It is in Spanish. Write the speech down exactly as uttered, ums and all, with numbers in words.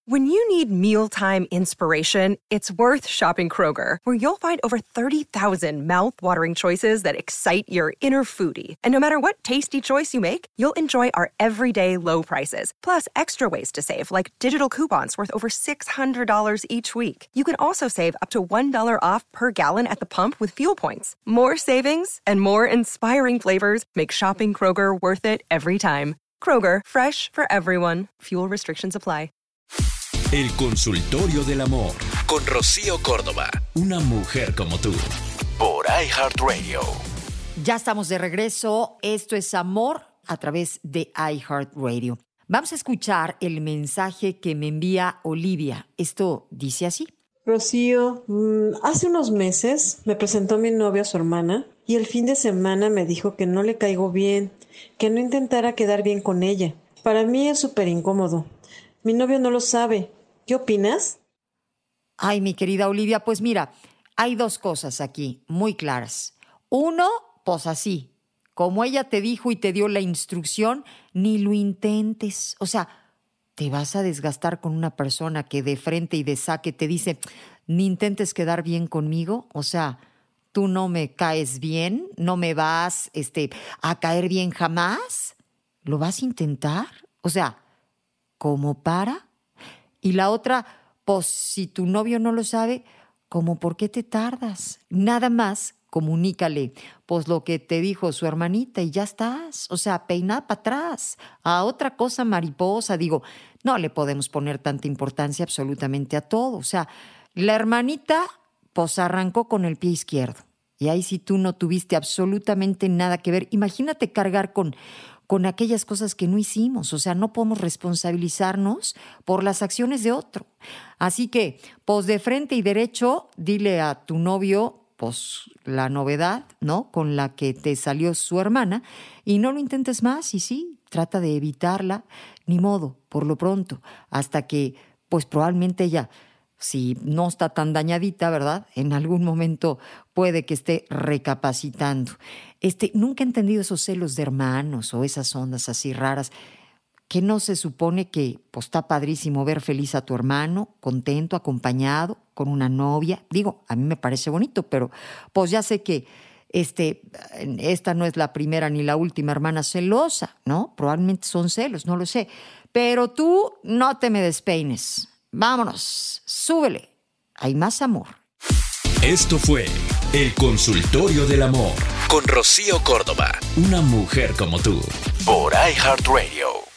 When you need mealtime inspiration, it's worth shopping Kroger, where you'll find over thirty thousand mouth-watering choices that excite your inner foodie. And no matter what tasty choice you make, you'll enjoy our everyday low prices, plus extra ways to save, like digital coupons worth over six hundred dollars each week. You can also save up to one dollar off per gallon at the pump with fuel points. More savings and more inspiring flavors make shopping Kroger worth it every time. Kroger, fresh for everyone. Fuel restrictions apply. El consultorio del amor con Rocío Córdoba, una mujer como tú, por iHeartRadio. Ya estamos de regreso. Esto es Amor a través de iHeartRadio. Vamos a escuchar el mensaje que me envía Olivia. Esto dice así. Rocío, hace unos meses me presentó mi novio a su hermana y el fin de semana me dijo que no le caigo bien, que no intentara quedar bien con ella. Para mí es súper incómodo. Mi novio no lo sabe. ¿Qué opinas? Ay, mi querida Olivia, pues mira, hay dos cosas aquí muy claras. Uno, pues así, como ella te dijo y te dio la instrucción, ni lo intentes. O sea, te vas a desgastar con una persona que de frente y de saque te dice, ni intentes quedar bien conmigo. O sea, tú no me caes bien, no me vas este, a caer bien jamás. ¿Lo vas a intentar? O sea, ¿cómo para? Y la otra, pues si tu novio no lo sabe, ¿cómo por qué te tardas? Nada más comunícale, pues lo que te dijo su hermanita y ya estás. O sea, peiná para atrás. A otra cosa mariposa, digo, no le podemos poner tanta importancia absolutamente a todo. O sea, la hermanita, pues arrancó con el pie izquierdo. Y ahí sí tú no tuviste absolutamente nada que ver. Imagínate cargar con... con aquellas cosas que no hicimos. O sea, no podemos responsabilizarnos por las acciones de otro. Así que, pues de frente y derecho, dile a tu novio, pues la novedad, ¿no? Con la que te salió su hermana, y no lo intentes más, y sí, trata de evitarla, ni modo, por lo pronto, hasta que, pues probablemente ella, si no está tan dañadita, ¿verdad? En algún momento puede que esté recapacitando. Este, nunca he entendido esos celos de hermanos o esas ondas así raras, que no se supone que pues, está padrísimo ver feliz a tu hermano, contento, acompañado, con una novia. Digo, a mí me parece bonito, pero pues ya sé que este, esta no es la primera ni la última hermana celosa, ¿no? Probablemente son celos, no lo sé. Pero tú no te me despeines. Vámonos, súbele. Hay más amor. Esto fue El Consultorio del Amor con Rocío Córdoba, una mujer como tú, por iHeartRadio.